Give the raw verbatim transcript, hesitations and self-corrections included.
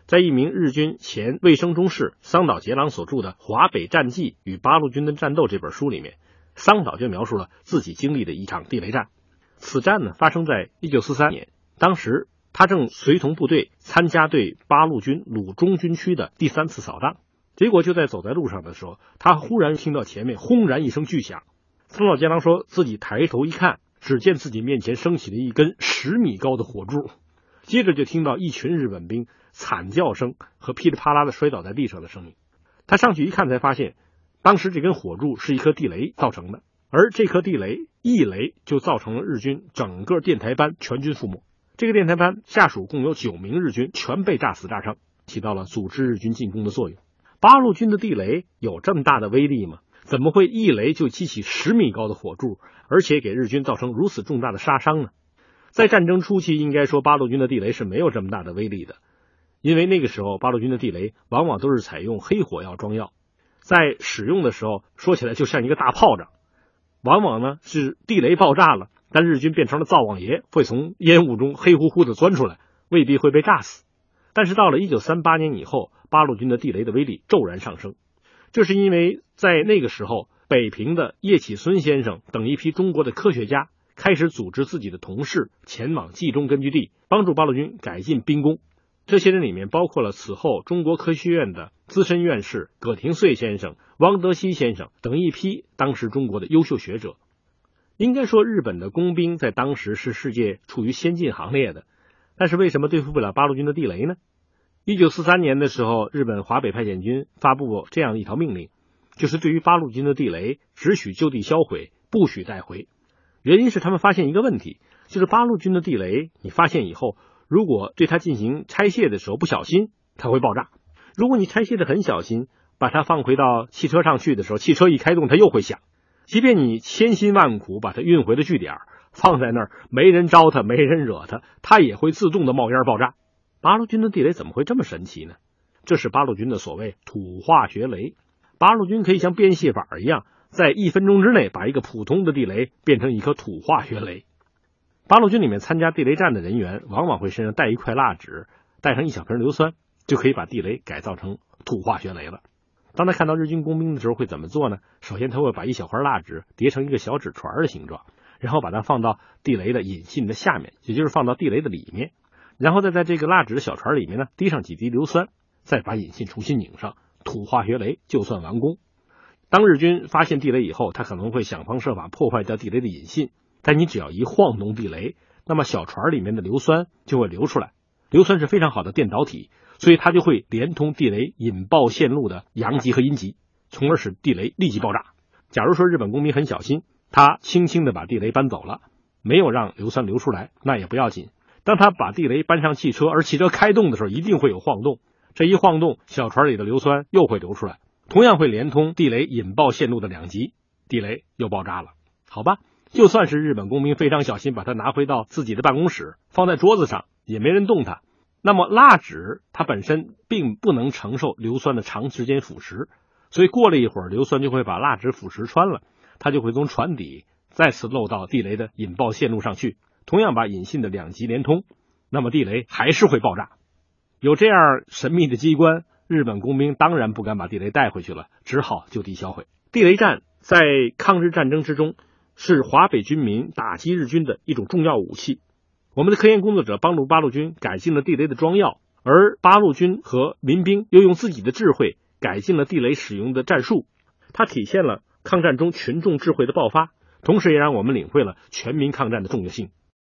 在一名日军前卫生中士桑岛节郎所著的《华北战记与八路军的战斗》这本书里面，桑岛就描述了自己经历的一场地雷战。此战呢，发生在一九四三年，当时他正随同部队参加对八路军鲁中军区的第三次扫荡。结果就在走在路上的时候，他忽然听到前面轰然一声巨响。桑岛节郎说自己抬头一看，只见自己面前升起了一根十米高的火柱，接着就听到一群日本兵惨叫声和噼里啪啦的摔倒在地上的声音。他上去一看，才发现当时这根火柱是一颗地雷造成的，而这颗地雷一雷就造成了日军整个电台班全军覆没。这个电台班下属共有九名日军，全被炸死炸伤，起到了阻止日军进攻的作用。八路军的地雷有这么大的威力吗？怎么会一雷就激起十米高的火柱，而且给日军造成如此重大的杀伤呢？在战争初期，应该说八路军的地雷是没有这么大的威力的，因为那个时候八路军的地雷往往都是采用黑火药装药，在使用的时候说起来就像一个大炮仗，往往呢是地雷爆炸了，但日军变成了灶王爷，会从烟雾中黑乎乎的钻出来，未必会被炸死。但是到了一九三八年以后，八路军的地雷的威力骤然上升，这是因为在那个时候，北平的叶企孙先生等一批中国的科学家开始组织自己的同事前往冀中根据地，帮助八路军改进兵工。这些人里面包括了此后中国科学院的资深院士葛廷穗先生、汪德熙先生等一批当时中国的优秀学者。应该说日本的工兵在当时是世界处于先进行列的，但是为什么对付不了八路军的地雷呢？一九四三年的时候，日本华北派遣军发布这样一条命令，就是对于八路军的地雷只许就地销毁，不许带回。原因是他们发现一个问题，就是八路军的地雷你发现以后，如果对它进行拆卸的时候不小心，它会爆炸。如果你拆卸的很小心，把它放回到汽车上去的时候，汽车一开动它又会响。即便你千辛万苦把它运回了据点，放在那儿没人招它，没人惹它，它也会自动的冒烟爆炸。八路军的地雷怎么会这么神奇呢？这是八路军的所谓土化学雷。八路军可以像变戏法一样，在一分钟之内把一个普通的地雷变成一颗土化学雷。八路军里面参加地雷战的人员往往会身上带一块蜡纸，带上一小瓶硫酸，就可以把地雷改造成土化学雷了。当他看到日军工兵的时候会怎么做呢？首先他会把一小块蜡纸叠成一个小纸船的形状，然后把它放到地雷的引信的下面，也就是放到地雷的里面，然后再在这个蜡纸的小船里面呢滴上几滴硫酸，再把引信重新拧上，土化学雷就算完工。当日军发现地雷以后，他可能会想方设法破坏掉地雷的引信，但你只要一晃动地雷，那么小船里面的硫酸就会流出来。硫酸是非常好的电导体，所以它就会连通地雷引爆线路的阳极和阴极，从而使地雷立即爆炸。假如说日本工兵很小心，他轻轻地把地雷搬走了，没有让硫酸流出来，那也不要紧。当他把地雷搬上汽车，而汽车开动的时候一定会有晃动，这一晃动，小船里的硫酸又会流出来，同样会连通地雷引爆线路的两极，地雷又爆炸了。好吧，就算是日本工兵非常小心把它拿回到自己的办公室，放在桌子上，也没人动它。那么蜡纸它本身并不能承受硫酸的长时间腐蚀，所以过了一会儿，硫酸就会把蜡纸腐蚀穿了，它就会从船底再次漏到地雷的引爆线路上去，同样把引信的两极连通，那么地雷还是会爆炸。有这样神秘的机关，日本工兵当然不敢把地雷带回去了，只好就地销毁。地雷战在抗日战争之中是华北军民打击日军的一种重要武器。我们的科研工作者帮助八路军改进了地雷的装药，而八路军和民兵又用自己的智慧改进了地雷使用的战术，它体现了抗战中群众智慧的爆发，同时也让我们领会了全民抗战的重要性。